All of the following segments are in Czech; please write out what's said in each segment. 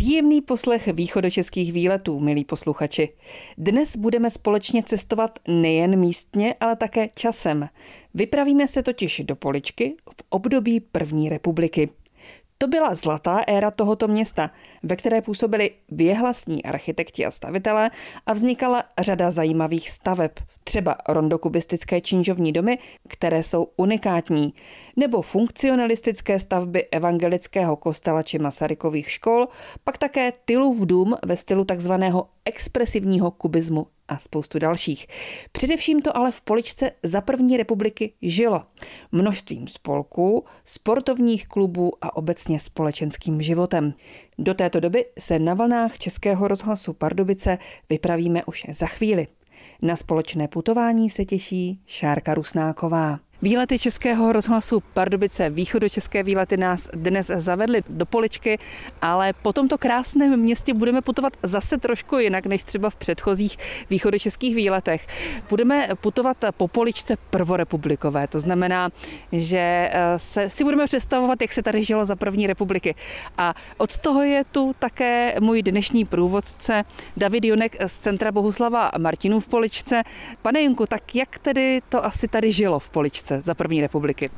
Příjemný poslech východočeských výletů, milí posluchači. Dnes budeme společně cestovat nejen místně, ale také časem. Vypravíme se totiž do Poličky v období první republiky. To byla zlatá éra tohoto města, ve které působili věhlasní architekti a stavitelé a vznikala řada zajímavých staveb, třeba rondokubistické činžovní domy, které jsou unikátní, nebo funkcionalistické stavby evangelického kostela či Masarykových škol, pak také Tylův dům ve stylu takzvaného expresivního kubismu a spoustu dalších. Především to ale v Poličce za první republiky žilo. Množstvím spolků, sportovních klubů a obecně společenským životem. Do této doby se na vlnách Českého rozhlasu Pardubice vypravíme už za chvíli. Na společné putování se těší Šárka Rusnáková. Výlety Českého rozhlasu Pardubice, východočeské výlety nás dnes zavedly do Poličky, ale po tomto krásném městě budeme putovat zase trošku jinak, než třeba v předchozích východočeských výletech. Budeme putovat po Poličce prvorepublikové, to znamená, že si budeme představovat, jak se tady žilo za první republiky. A od toho je tu také můj dnešní průvodce David Junek z Centra Bohuslava Martinů v Poličce. Pane Junku, tak jak tedy to asi tady žilo v Poličce za první republiky?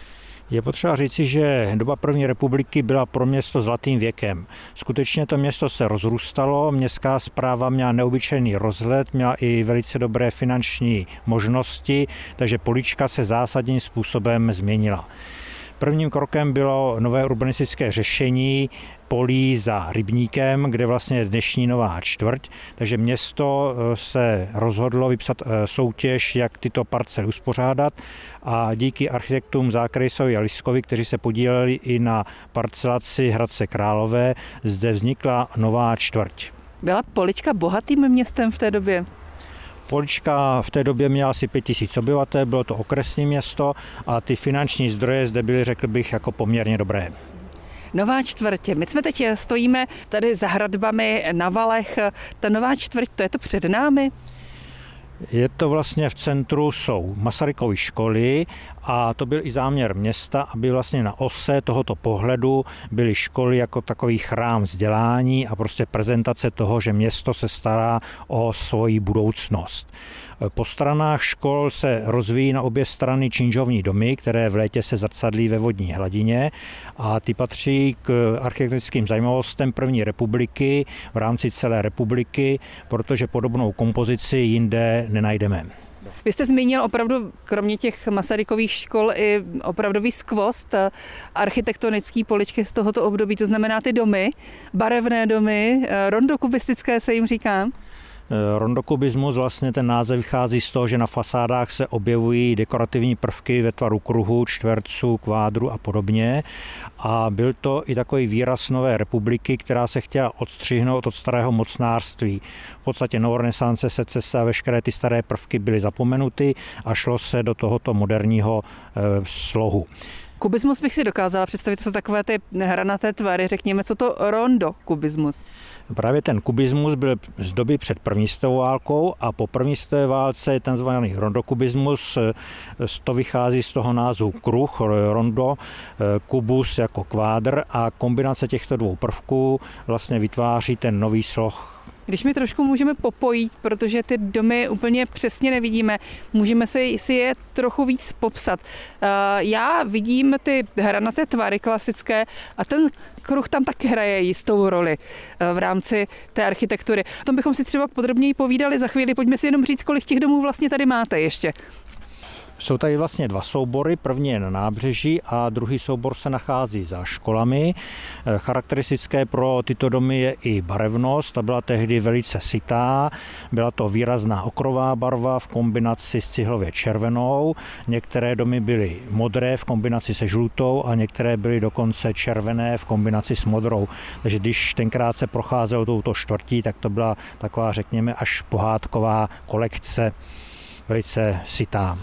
Je potřeba říci, že doba první republiky byla pro město zlatým věkem. Skutečně to město se rozrůstalo, městská správa měla neobyčejný rozhled, měla i velice dobré finanční možnosti, takže Polička se zásadním způsobem změnila. Prvním krokem bylo nové urbanistické řešení polí za Rybníkem, kde vlastně je dnešní Nová čtvrť. Takže město se rozhodlo vypsat soutěž, jak tyto parcely uspořádat, a díky architektům Zákrejsovi a Liskovi, kteří se podíleli i na parcelaci Hradce Králové, zde vznikla Nová čtvrť. Byla Polička bohatým městem v té době? Polička v té době měla asi 5000 obyvatel, bylo to okresní město a ty finanční zdroje zde byly, řekl bych, jako poměrně dobré. Nová čtvrť. My jsme teď stojíme tady za hradbami na valech. Ta Nová čtvrť, to je to před námi? Je to vlastně v centru, jsou Masarykovy školy a to byl i záměr města, aby vlastně na ose tohoto pohledu byly školy jako takový chrám vzdělání a prostě prezentace toho, že město se stará o svoji budoucnost. Po stranách škol se rozvíjí na obě strany činžovní domy, které v létě se zrcadlí ve vodní hladině, a ty patří k architektonickým zajímavostem první republiky v rámci celé republiky, protože podobnou kompozici jinde nenajdeme. Vy jste zmínil opravdu, kromě těch Masarykových škol, i opravdový skvost architektonický Poličky z tohoto období, to znamená ty domy, barevné domy, rondokubistické se jim říká. Rondokubismus, vlastně ten název vychází z toho, že na fasádách se objevují dekorativní prvky ve tvaru kruhu, čtverců, kvádru a podobně. A byl to i takový výraz nové republiky, která se chtěla odstřihnout od starého mocnářství. V podstatě novorenesance, secese a veškeré ty staré prvky byly zapomenuty a šlo se do tohoto moderního slohu. Kubismus bych si dokázala představit, to jsou takové ty hranaté tvary, řekněme, co to rondokubismus? Právě ten kubismus byl z doby před první světovou válkou a po první světové válce je ten zvaný rondokubismus. To vychází z toho názvu kruh, rondo, kubus jako kvádr, a kombinace těchto dvou prvků vlastně vytváří ten nový sloh. Když mi trošku můžeme popojit, protože ty domy úplně přesně nevidíme, můžeme si je trochu víc popsat. Já vidím ty hranaté tvary klasické a ten kruh tam taky hraje jistou roli v rámci té architektury. O tom bychom si třeba podrobněji povídali za chvíli. Pojďme si jenom říct, kolik těch domů vlastně tady máte ještě. Jsou tady vlastně dva soubory, první je na nábřeží a druhý soubor se nachází za školami. Charakteristické pro tyto domy je i barevnost, ta byla tehdy velice sytá, byla to výrazná okrová barva v kombinaci s cihlově červenou, některé domy byly modré v kombinaci se žlutou a některé byly dokonce červené v kombinaci s modrou. Takže když tenkrát se procházelo touto čtvrtí, tak to byla taková, řekněme, až pohádková kolekce, velice sytá.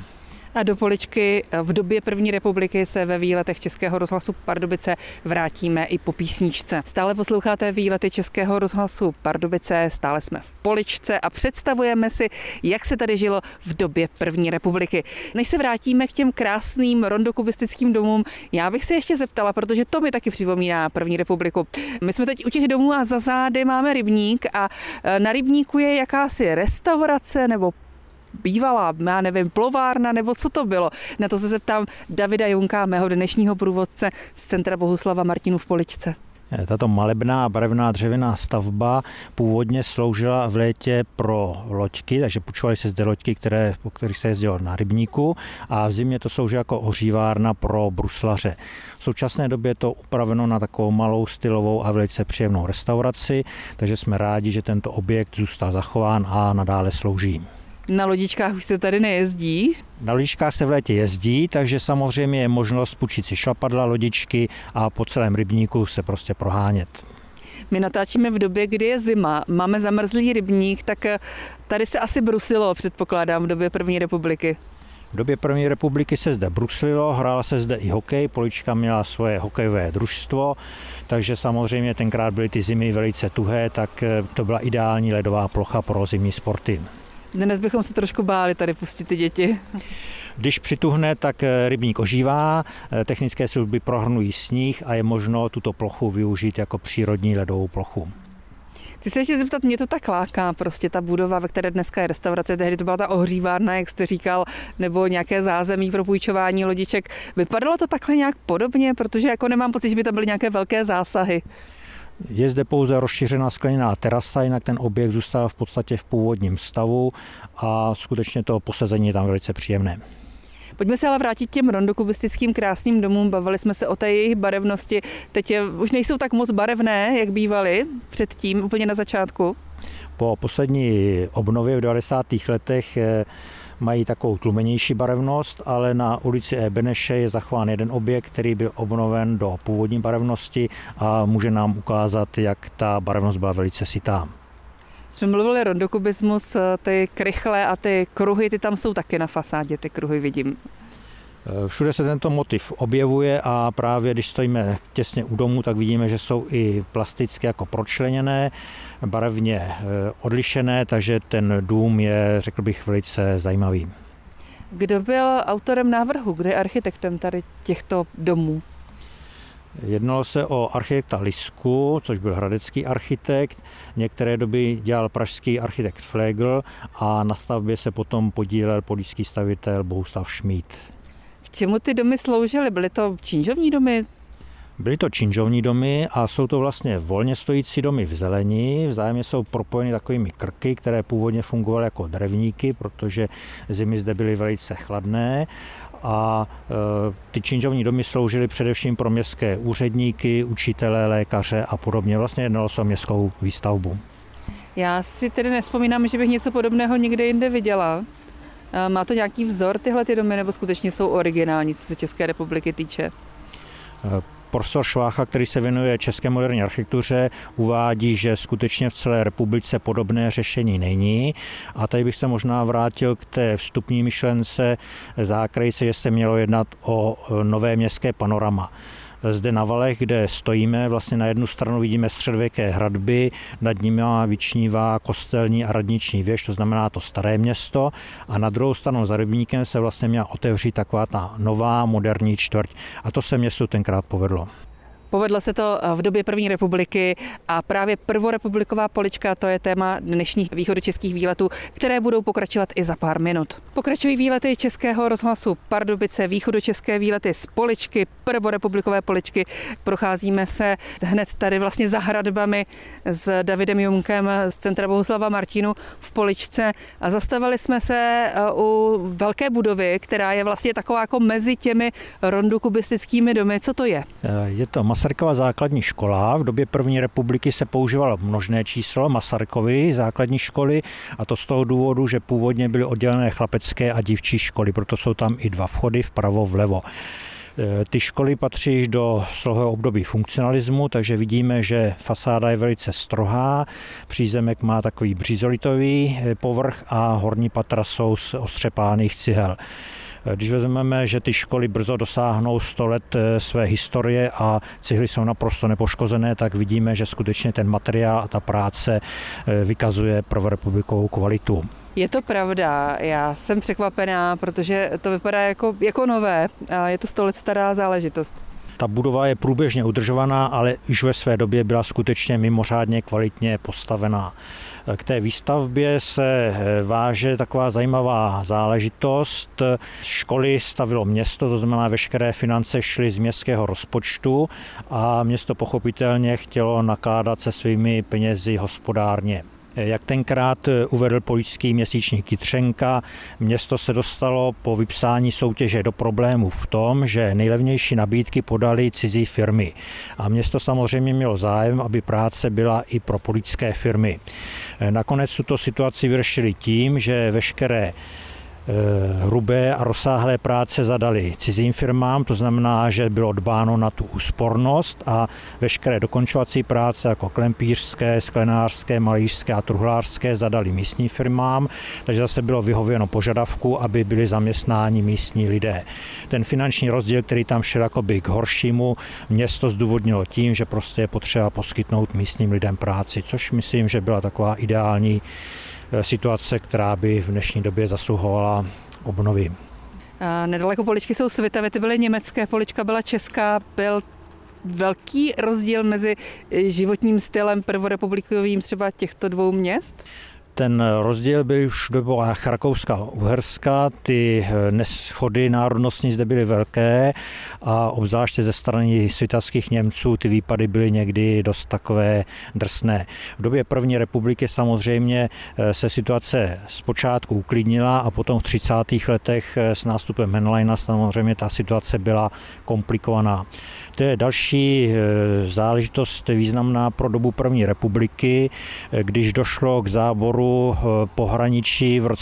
A do Poličky v době první republiky se ve výletech Českého rozhlasu Pardubice vrátíme i po písničce. Stále posloucháte výlety Českého rozhlasu Pardubice, stále jsme v Poličce a představujeme si, jak se tady žilo v době první republiky. Než se vrátíme k těm krásným rondokubistickým domům, já bych se ještě zeptala, protože to mi taky připomíná první republiku. My jsme teď u těch domů a za zády máme rybník a na rybníku je jakási restaurace nebo bývalá, já nevím, plovárna, nebo co to bylo. Na to se zeptám Davida Junka, mého dnešního průvodce z Centra Bohuslava Martinů v Poličce. Tato malebná barevná dřevěná stavba původně sloužila v létě pro loďky, takže půjčovaly se zde loďky, po kterých se jezdilo na rybníku, a v zimě to sloužilo jako ohřívárna pro bruslaře. V současné době je to upraveno na takovou malou stylovou a velice příjemnou restauraci, takže jsme rádi, že tento objekt zůstal zachován a nadále slouží. Na lodičkách už se tady nejezdí? Na lodičkách se v létě jezdí, takže samozřejmě je možnost půjčit si šlapadla, lodičky a po celém rybníku se prostě prohánět. My natáčíme v době, kdy je zima, máme zamrzlý rybník, tak tady se asi brusilo, předpokládám, v době první republiky. V době první republiky se zde bruslilo, hrál se zde i hokej, Polička měla svoje hokejové družstvo, takže samozřejmě tenkrát byly ty zimy velice tuhé, tak to byla ideální ledová plocha pro zimní sporty. Dnes bychom se trošku báli tady pustit ty děti. Když přituhne, tak rybník ožívá, technické služby prohrnují sníh a je možno tuto plochu využít jako přírodní ledovou plochu. Chci se ještě zeptat, mě to tak láká, prostě ta budova, ve které dneska je restaurace, tehdy to byla ta ohřívárna, jak jste říkal, nebo nějaké zázemí pro půjčování lodiček. Vypadalo to takhle nějak podobně, protože jako nemám pocit, že by tam byly nějaké velké zásahy. Je zde pouze rozšířená skleněná terasa, jinak ten objekt zůstal v podstatě v původním stavu a skutečně to posazení je tam velice příjemné. Pojďme se ale vrátit těm rondokubistickým krásným domům. Bavili jsme se o té jejich barevnosti. Teď už nejsou tak moc barevné, jak bývaly předtím, úplně na začátku. Po poslední obnově v 90. letech mají takovou tlumenější barevnost, ale na ulici E. Beneše je zachován jeden objekt, který byl obnoven do původní barevnosti a může nám ukázat, jak ta barevnost byla velice sytá. Jsme mluvili rondokubismus, ty krychle a ty kruhy, ty tam jsou taky na fasádě, ty kruhy vidím. Všude se tento motiv objevuje a právě když stojíme těsně u domu, tak vidíme, že jsou i plasticky jako pročleněné, barevně odlišené, takže ten dům je, řekl bych, velice zajímavý. Kdo byl autorem návrhu, kdo je architektem tady těchto domů? Jednalo se o architekta Lisku, což byl hradecký architekt. Některé doby dělal pražský architekt Flegl a na stavbě se potom podílel polský stavitel Bohuslav Šmíd. K čemu ty domy sloužily? Byly to činžovní domy? Byly to činžovní domy a jsou to vlastně volně stojící domy v zelení. Vzájemně jsou propojeny takovými krky, které původně fungovaly jako drevníky, protože zimy zde byly velice chladné. A ty činžovní domy sloužily především pro městské úředníky, učitele, lékaře a podobně. Vlastně jednalo se o městskou výstavbu. Já si tedy nevzpomínám, že bych něco podobného někde jinde viděla. Má to nějaký vzor tyhle ty domy, nebo skutečně jsou originální, co se České republiky týče? Profesor Švácha, který se věnuje české moderní architektuře, uvádí, že skutečně v celé republice podobné řešení není. A tady bych se možná vrátil k té vstupní myšlence zákrajce, že se mělo jednat o nové městské panorama. Zde na valech, kde stojíme, vlastně na jednu stranu vidíme středověké hradby, nad nimi vyčnívá kostelní a radniční věž, to znamená to staré město, a na druhou stranu za rybníkem se vlastně měla otevřít taková ta nová moderní čtvrť a to se městu tenkrát povedlo. Povedlo se to v době první republiky a právě prvorepubliková Polička, to je téma dnešních východočeských výletů, které budou pokračovat i za pár minut. Pokračují výlety Českého rozhlasu Pardubice, východočeské výlety z Poličky, prvorepublikové Poličky. Procházíme se hned tady vlastně za hradbami s Davidem Junkem z Centra Bohuslava Martinů v Poličce a zastavili jsme se u velké budovy, která je vlastně taková jako mezi těmi rondokubistickými domy. Co to je? Je to Masarykova základní škola. V době první republiky se používalo množné číslo Masarykovy základní školy a to z toho důvodu, že původně byly oddělené chlapecké a dívčí školy, proto jsou tam i dva vchody vpravo, vlevo. Ty školy patří již do slohového období funkcionalismu, takže vidíme, že fasáda je velice strohá, přízemek má takový břízolitový povrch a horní patra jsou z ostřepáných cihel. Když vezmeme, že ty školy brzo dosáhnou 100 let své historie a cihly jsou naprosto nepoškozené, tak vidíme, že skutečně ten materiál a ta práce vykazuje prvorepublikovou kvalitu. Je to pravda, já jsem překvapená, protože to vypadá jako nové a je to 100 let stará záležitost. Ta budova je průběžně udržovaná, ale už ve své době byla skutečně mimořádně kvalitně postavená. K té výstavbě se váže taková zajímavá záležitost. Školy stavilo město, to znamená veškeré finance šly z městského rozpočtu a město pochopitelně chtělo nakládat se svými penězi hospodárně. Jak tenkrát uvedl politický měsíčník Jitřenka, město se dostalo po vypsání soutěže do problémů v tom, že nejlevnější nabídky podaly cizí firmy. A město samozřejmě mělo zájem, aby práce byla i pro politické firmy. Nakonec tuto situaci vyřešili tím, že veškeré hrubé a rozsáhlé práce zadali cizím firmám, to znamená, že bylo dbáno na tu úspornost a veškeré dokončovací práce jako klempířské, sklenářské, malířské a truhlářské zadali místním firmám, takže zase bylo vyhověno požadavku, aby byli zaměstnáni místní lidé. Ten finanční rozdíl, který tam šel jakoby k horšímu, město zdůvodnilo tím, že prostě je potřeba poskytnout místním lidem práci, což myslím, že byla taková ideální situace, která by v dnešní době zasluhovala obnovy. Nedaleko Poličky jsou Svitavy, ty byly německé, Polička byla česká, byl velký rozdíl mezi životním stylem prvorepublikovým třeba těchto dvou měst? Ten rozdíl byl už v dobách Rakouska a Uherska, ty neshody národnostní zde byly velké a obzvláště ze strany svitavských Němců ty výpady byly někdy dost takové drsné. V době první republiky samozřejmě se situace zpočátku uklidnila a potom v 30. letech s nástupem Henleina samozřejmě ta situace byla komplikovaná. To je další záležitost významná pro dobu první republiky, když došlo k záboru pohraničí v roce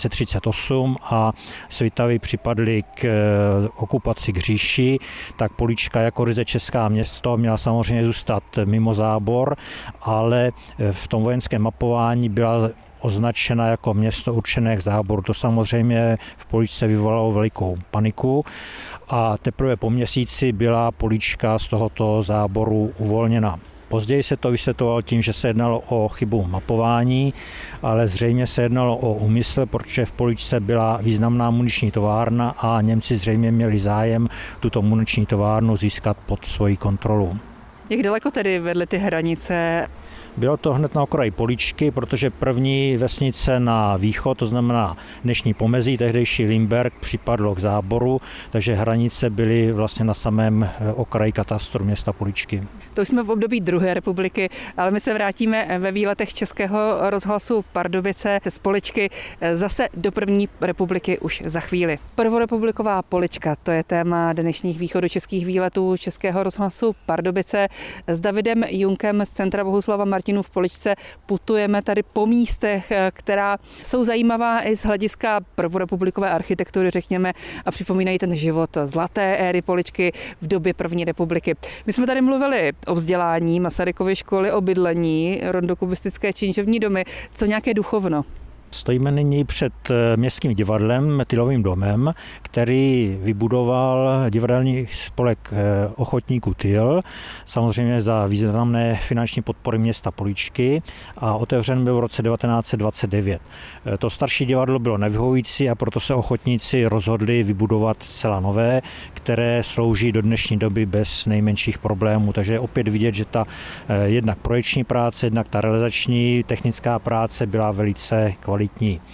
1938 a Svitavy připadly k okupaci k říši, tak Polička jako ryze česká město měla samozřejmě zůstat mimo zábor, ale v tom vojenském mapování byla označena jako město určené k záboru. To samozřejmě v Poličce vyvolalo velikou paniku a teprve po měsíci byla Polička z tohoto záboru uvolněna. Později se to vysvětlovalo tím, že se jednalo o chybu mapování, ale zřejmě se jednalo o úmysl, protože v Poličce byla významná muniční továrna a Němci zřejmě měli zájem tuto muniční továrnu získat pod svoji kontrolu. Jak daleko tedy vedly ty hranice? Bylo to hned na okraji Poličky, protože první vesnice na východ, to znamená dnešní Pomezí, tehdejší Limberg, připadlo k záboru, takže hranice byly vlastně na samém okraji katastru města Poličky. To už jsme v období druhé republiky, ale my se vrátíme ve výletech Českého rozhlasu Pardubice z Poličky zase do první republiky už za chvíli. Prvorepubliková Polička, to je téma dnešních východočeských výletů Českého rozhlasu Pardubice. S Davidem Junkem z Centra Bohuslava Martinů v Poličce putujeme tady po místech, která jsou zajímavá i z hlediska prvorepublikové architektury, řekněme, a připomínají ten život zlaté éry Poličky v době první republiky. My jsme tady mluvili o vzdělání, Masarykovy školy, o bydlení, rondokubistické činžovní domy, co nějaké duchovno. Stojíme nyní před městským divadlem, Tylovým domem, který vybudoval divadelní spolek ochotníků Tyl, samozřejmě za významné finanční podpory města Poličky a otevřen byl v roce 1929. To starší divadlo bylo nevyhovující a proto se ochotníci rozhodli vybudovat zcela nové, které slouží do dnešní doby bez nejmenších problémů. Takže opět vidět, že ta jednak projekční práce, jednak ta realizační technická práce byla velice kvalitní.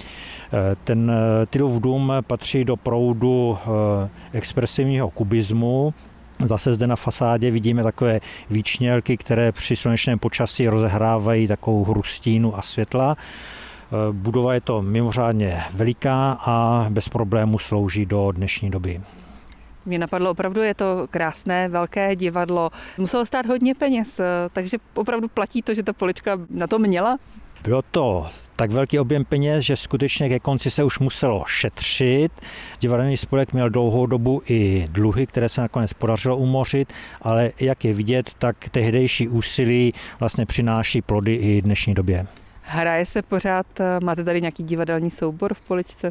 Ten Tylův dům patří do proudu expresivního kubismu. Zase zde na fasádě vidíme takové výčnělky, které při slunečném počasí rozehrávají takovou hru stínu a světla. Budova je to mimořádně veliká a bez problému slouží do dnešní doby. Mě napadlo, opravdu je to krásné, velké divadlo. Muselo stát hodně peněz, takže opravdu platí to, že ta Polička na to měla? Bylo to tak velký objem peněz, že skutečně ke konci se už muselo šetřit. Divadelní spolek měl dlouhou dobu i dluhy, které se nakonec podařilo umořit, ale jak je vidět, tak tehdejší úsilí vlastně přináší plody i dnešní době. Hraje se pořád, máte tady nějaký divadelní soubor v Poličce?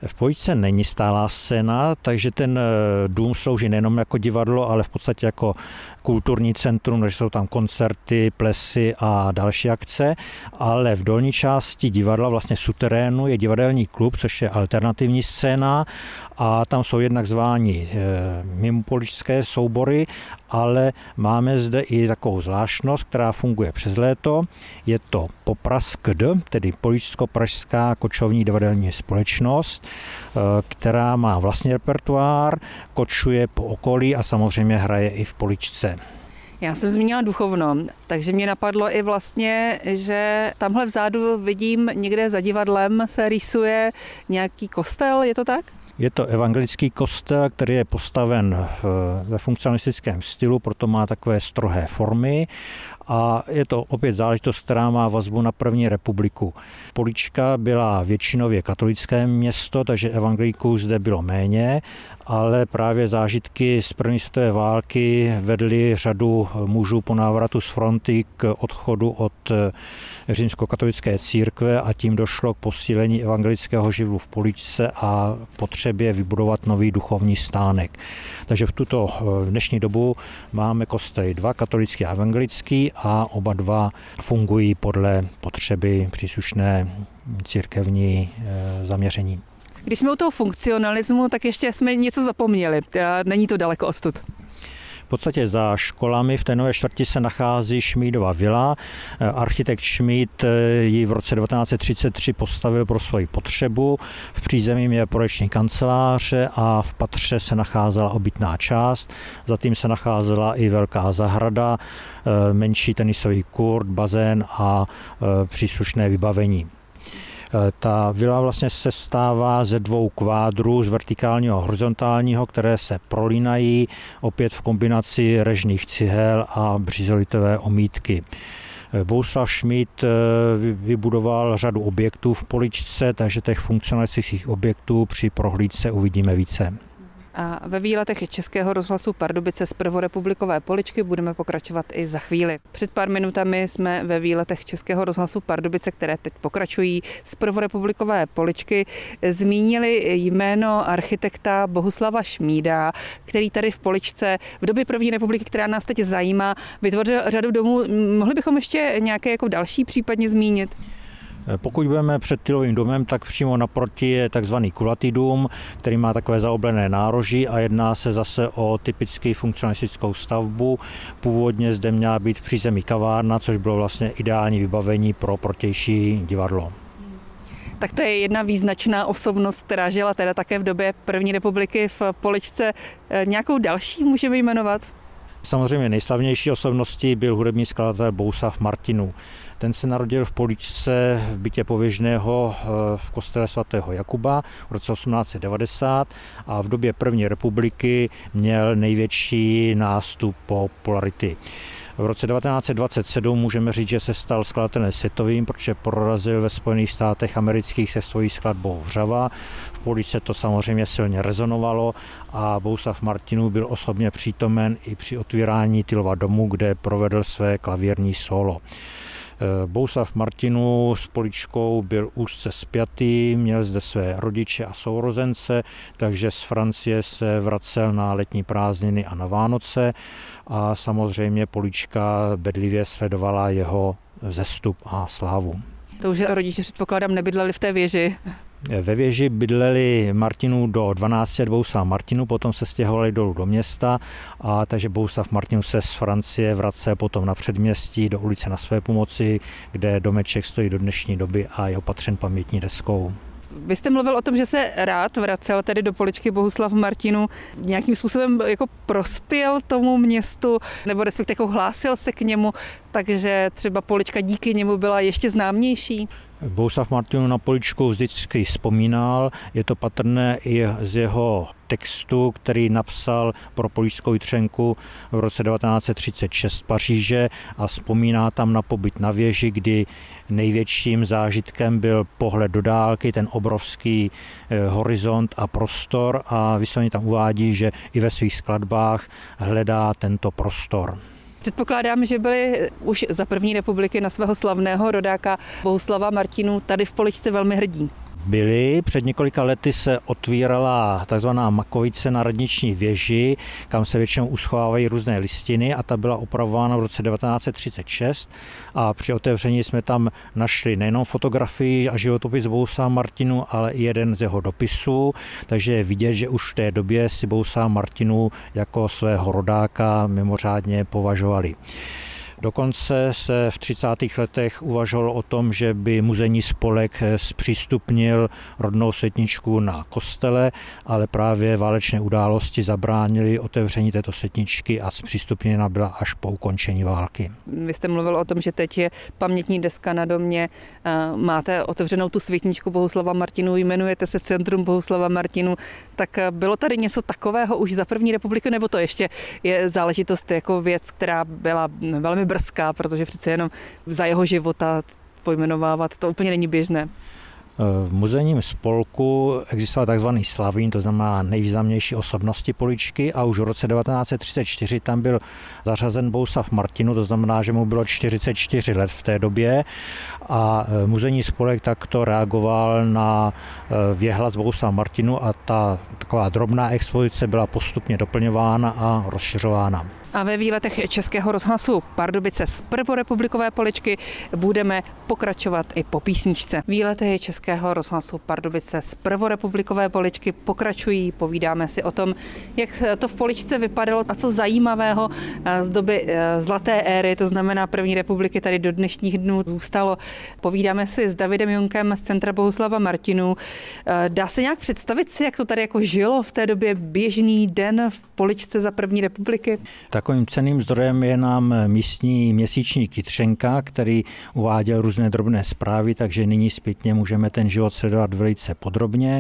V Poličce není stálá scéna, takže ten dům slouží nejenom jako divadlo, ale v podstatě jako kulturní centrum, takže jsou tam koncerty, plesy a další akce, ale v dolní části divadla, vlastně suterénu, je divadelní klub, což je alternativní scéna a tam jsou jednak zváni mimopoličské soubory, ale máme zde i takovou zvláštnost, která funguje přes léto. Je to Popraskd, tedy Poličsko-pražská kočovní divadelní společnost, která má vlastní repertoár, kočuje po okolí a samozřejmě hraje i v Poličce. Já jsem zmínila Duchovno, takže mě napadlo i vlastně, že tamhle vzadu vidím někde za divadlem se rýsuje nějaký kostel, je to tak? Je to evangelický kostel, který je postaven ve funkcionalistickém stylu, proto má takové strohé formy a je to opět záležitost, která má vazbu na první republiku. Polička byla většinově katolické město, takže evangeliků zde bylo méně, ale právě zážitky z první světové války vedly řadu mužů po návratu z fronty k odchodu od římskokatolické církve a tím došlo k posílení evangelického živlu v Poličce a potřebě vybudovat nový duchovní stánek. Takže v tuto dnešní dobu máme kostely dva, katolický a evangelický, a oba dva fungují podle potřeby příslušné církevní zaměření. Když jsme u toho funkcionalismu, tak ještě jsme něco zapomněli. Není to daleko odtud. V podstatě za školami v té nové čtvrti se nachází Šmídova vila. Architekt Šmíd ji v roce 1933 postavil pro svoji potřebu. V přízemí je projekční kanceláře a v patře se nacházela obytná část. Zatím se nacházela i velká zahrada, menší tenisový kurt, bazén a příslušné vybavení. Ta vila vlastně sestává ze dvou kvádrů, z vertikálního a horizontálního, které se prolínají opět v kombinaci režných cihel a břizolitové omítky. Bohuslav Šmíd vybudoval řadu objektů v Poličce, takže těch funkcionalistických objektů při prohlídce uvidíme více. A ve výletech Českého rozhlasu Pardubice z prvorepublikové Poličky budeme pokračovat i za chvíli. Před pár minutami jsme ve výletech Českého rozhlasu Pardubice, které teď pokračují z prvorepublikové Poličky, zmínili jméno architekta Bohuslava Šmída, který tady v Poličce v době první republiky, která nás teď zajímá, vytvořil řadu domů. Mohli bychom ještě nějaké jako další případně zmínit? Pokud budeme před Tylovým domem, tak přímo naproti je takzvaný kulatý dům, který má takové zaoblené nároží a jedná se zase o typicky funkcionalistickou stavbu. Původně zde měla být v přízemí kavárna, což bylo vlastně ideální vybavení pro protější divadlo. Tak to je jedna význačná osobnost, která žila teda také v době první republiky v Poličce. Nějakou další můžeme jmenovat? Samozřejmě nejslavnější osobností byl hudební skladatel Bohuslav Martinů. Ten se narodil v Poličce v bytě Pověžného v kostele svatého Jakuba v roce 1890 a v době první republiky měl největší nástup popularity. V roce 1927 můžeme říct, že se stal skladatelem světovým, protože prorazil ve Spojených státech amerických se svojí skladbou Vřava. V Poličce to samozřejmě silně rezonovalo a Bohuslav Martinů byl osobně přítomen i při otvírání Tylova domu, kde provedl své klavírní solo. Bohuslav Martinů s Poličkou byl úzce spjatý, měl zde své rodiče a sourozence, takže z Francie se vracel na letní prázdniny a na Vánoce a samozřejmě Polička bedlivě sledovala jeho vzestup a slávu. To už rodiče, předpokládám, nebydleli v té věži. Ve věži bydleli Martinů do 12 let Bohuslav Martinů, potom se stěhovali dolů do města a takže Bohuslav Martinů se z Francie vracel potom na předměstí do ulice Na své pomoci, kde domeček stojí do dnešní doby a je opatřen pamětní deskou. Vy jste mluvil o tom, že se rád vracel tedy do Poličky Bohuslav Martinů. Nějakým způsobem jako prospěl tomu městu, nebo respektive jako hlásil se k němu, takže třeba Polička díky němu byla ještě známější? Bohuslav Martinů na Poličku vždycky vzpomínal, je to patrné i z jeho textu, který napsal pro Poličskou Jitřenku v roce 1936 v Paříže a vzpomíná tam na pobyt na věži, kdy největším zážitkem byl pohled do dálky, ten obrovský horizont a prostor a vysloveně tam uvádí, že i ve svých skladbách hledá tento prostor. Předpokládám, že byli už za první republiky na svého slavného rodáka Bohuslava Martinů tady v Poličce velmi hrdí. byly. Před několika lety se otvírala takzvaná Makovice na radniční věži, kam se většinou uschovávají různé listiny a ta byla opravována v roce 1936 a při otevření jsme tam našli nejenom fotografii a životopis Bohuslava Martinů, ale i jeden z jeho dopisů, takže je vidět, že už v té době si Bohuslava Martinů jako svého rodáka mimořádně považovali. Dokonce se v 30. letech uvažovalo o tom, že by muzejní spolek zpřístupnil rodnou setničku na kostele, ale právě válečné události zabránily otevření této setničky a zpřístupněna byla až po ukončení války. Vy jste mluvil o tom, že teď je pamětní deska na domě, máte otevřenou tu světničku Bohuslava Martinů, jmenujete se Centrum Bohuslava Martinů, tak bylo tady něco takového už za první republiky, nebo to ještě je záležitost jako věc, která byla velmi brzká, protože přece jenom za jeho života pojmenovávat to úplně není běžné. V muzejním spolku existoval takzvaný Slavín, to znamená nejvýznamnější osobnosti Poličky a už v roce 1934 tam byl zařazen Bohuslav Martinů, to znamená, že mu bylo 44 let v té době a muzejní spolek takto reagoval na věhlas Bohuslava Martinů a ta taková drobná expozice byla postupně doplňována a rozšiřována. A ve výletech Českého rozhlasu Pardubice z prvorepublikové Poličky budeme pokračovat i po písničce. Výlety Českého rozhlasu Pardubice z prvorepublikové Poličky pokračují. Povídáme si o tom, jak to v Poličce vypadalo a co zajímavého z doby zlaté éry, to znamená první republiky, tady do dnešních dnů zůstalo. Povídáme si s Davidem Junkem z Centra Bohuslava Martinů. Dá se nějak představit si, jak to tady jako žilo v té době běžný den v Poličce za první republiky? Takovým cenným zdrojem je nám místní měsíčník Jitřenka, který uváděl různé drobné zprávy, takže nyní zpětně můžeme ten život sledovat velice podrobně.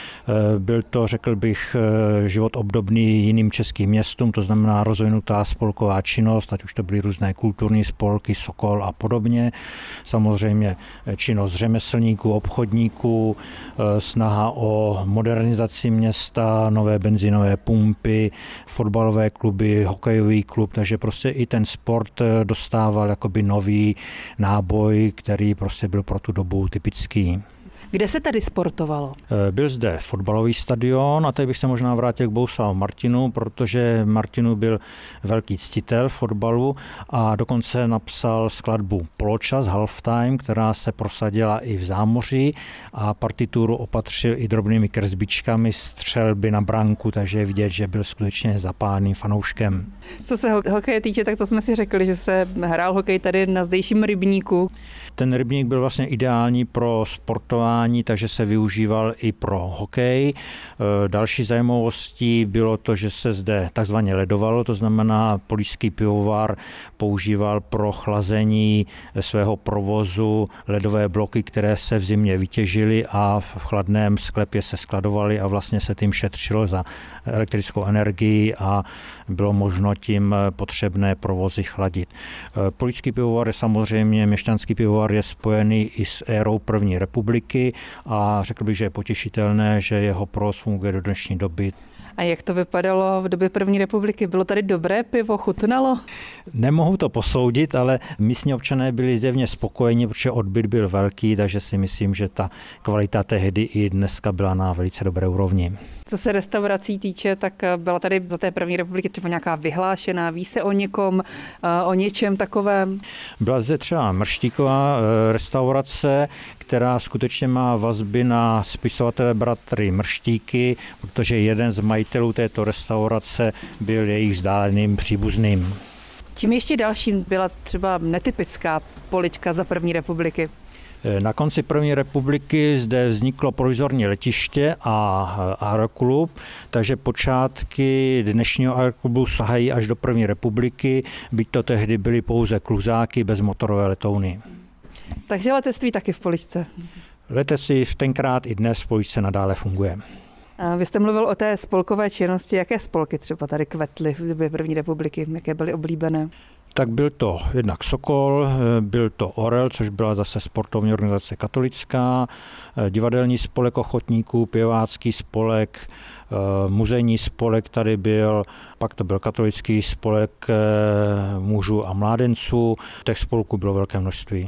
Byl to, řekl bych, život obdobný jiným českým městům, to znamená rozvinutá spolková činnost, ať už to byly různé kulturní spolky, Sokol a podobně. Samozřejmě činnost řemeslníků, obchodníků, snaha o modernizaci města, nové benzínové pumpy, fotbalové kluby, hokejový klub, takže prostě i ten sport dostával jakoby nový náboj, který prostě byl pro tu dobu typický. Kde se tady sportovalo? Byl zde fotbalový stadion a teď bych se možná vrátil k Bohuslavu Martinu, protože Martinů byl velký ctitel fotbalu a dokonce napsal skladbu Poločas Halftime, která se prosadila i v zámoří a partituru opatřil i drobnými kresbičkami střelby na branku, takže je vidět, že byl skutečně zapáleným fanouškem. Co se hokeje týče, tak to jsme si řekli, že se hrál hokej tady na zdejším rybníku. Ten rybník byl vlastně ideální pro sportování, takže se využíval i pro hokej. Další zajímavostí bylo to, že se zde takzvaně ledovalo, to znamená poličský pivovar používal pro chlazení svého provozu ledové bloky, které se v zimě vytěžily a v chladném sklepě se skladovaly a vlastně se tím šetřilo za elektrickou energii a bylo možno tím potřebné provozy chladit. Poličský pivovar je samozřejmě, měšťanský pivovar je spojený i s érou první republiky a řekl bych, že je potěšitelné, že jeho provoz funguje do dnešní doby. A jak to vypadalo v době první republiky? Bylo tady dobré pivo, chutnalo? Nemohu to posoudit, ale místní občané byli zjevně spokojeni, protože odbyt byl velký, takže si myslím, že ta kvalita tehdy i dneska byla na velice dobré úrovni. Co se restaurací týče, tak byla tady za té první republiky třeba nějaká vyhlášená, ví se o někom, o něčem takovém? Byla zde třeba Mrštíková restaurace, která skutečně má vazby na spisovatele bratry Mrštíky, protože jeden z majitelů této restaurace byl jejich vzdáleným příbuzným. Čím ještě dalším byla třeba netypická Polička za první republiky? Na konci první republiky zde vzniklo provizorní letiště a aeroklub, takže počátky dnešního aeroklubu sahají až do první republiky, byť to tehdy byly pouze kluzáky bez motorové letouny. Takže letectví taky v Poličce? Letectví tenkrát i dnes v Poličce nadále funguje. A vy jste mluvil o té spolkové činnosti. Jaké spolky třeba tady kvetly v době první republiky? Jaké byly oblíbené? Tak byl to jednak Sokol, byl to Orel, což byla zase sportovní organizace katolická, divadelní spolek ochotníků, pěvácký spolek, muzejní spolek tady byl, pak to byl katolický spolek mužů a mládenců, těch spolků bylo velké množství.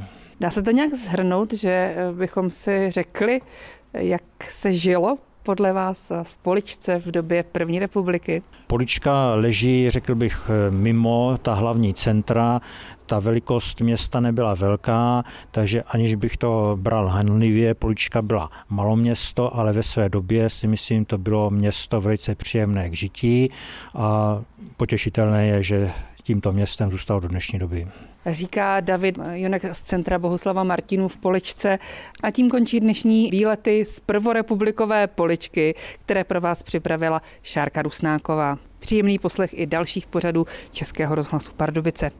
Dá se to nějak shrnout, že bychom si řekli, jak se žilo podle vás v Poličce v době první republiky? Polička leží, řekl bych, mimo ta hlavní centra. Ta velikost města nebyla velká, takže aniž bych to bral hanlivě, Polička byla maloměsto, ale ve své době si myslím, to bylo město velice příjemné k žití a potěšitelné je, že tímto městem zůstalo do dnešní doby. Říká David Jonek z Centra Bohuslava Martinů v Poličce a tím končí dnešní výlety z prvorepublikové Poličky, které pro vás připravila Šárka Rusnáková. Příjemný poslech i dalších pořadů Českého rozhlasu Pardubice.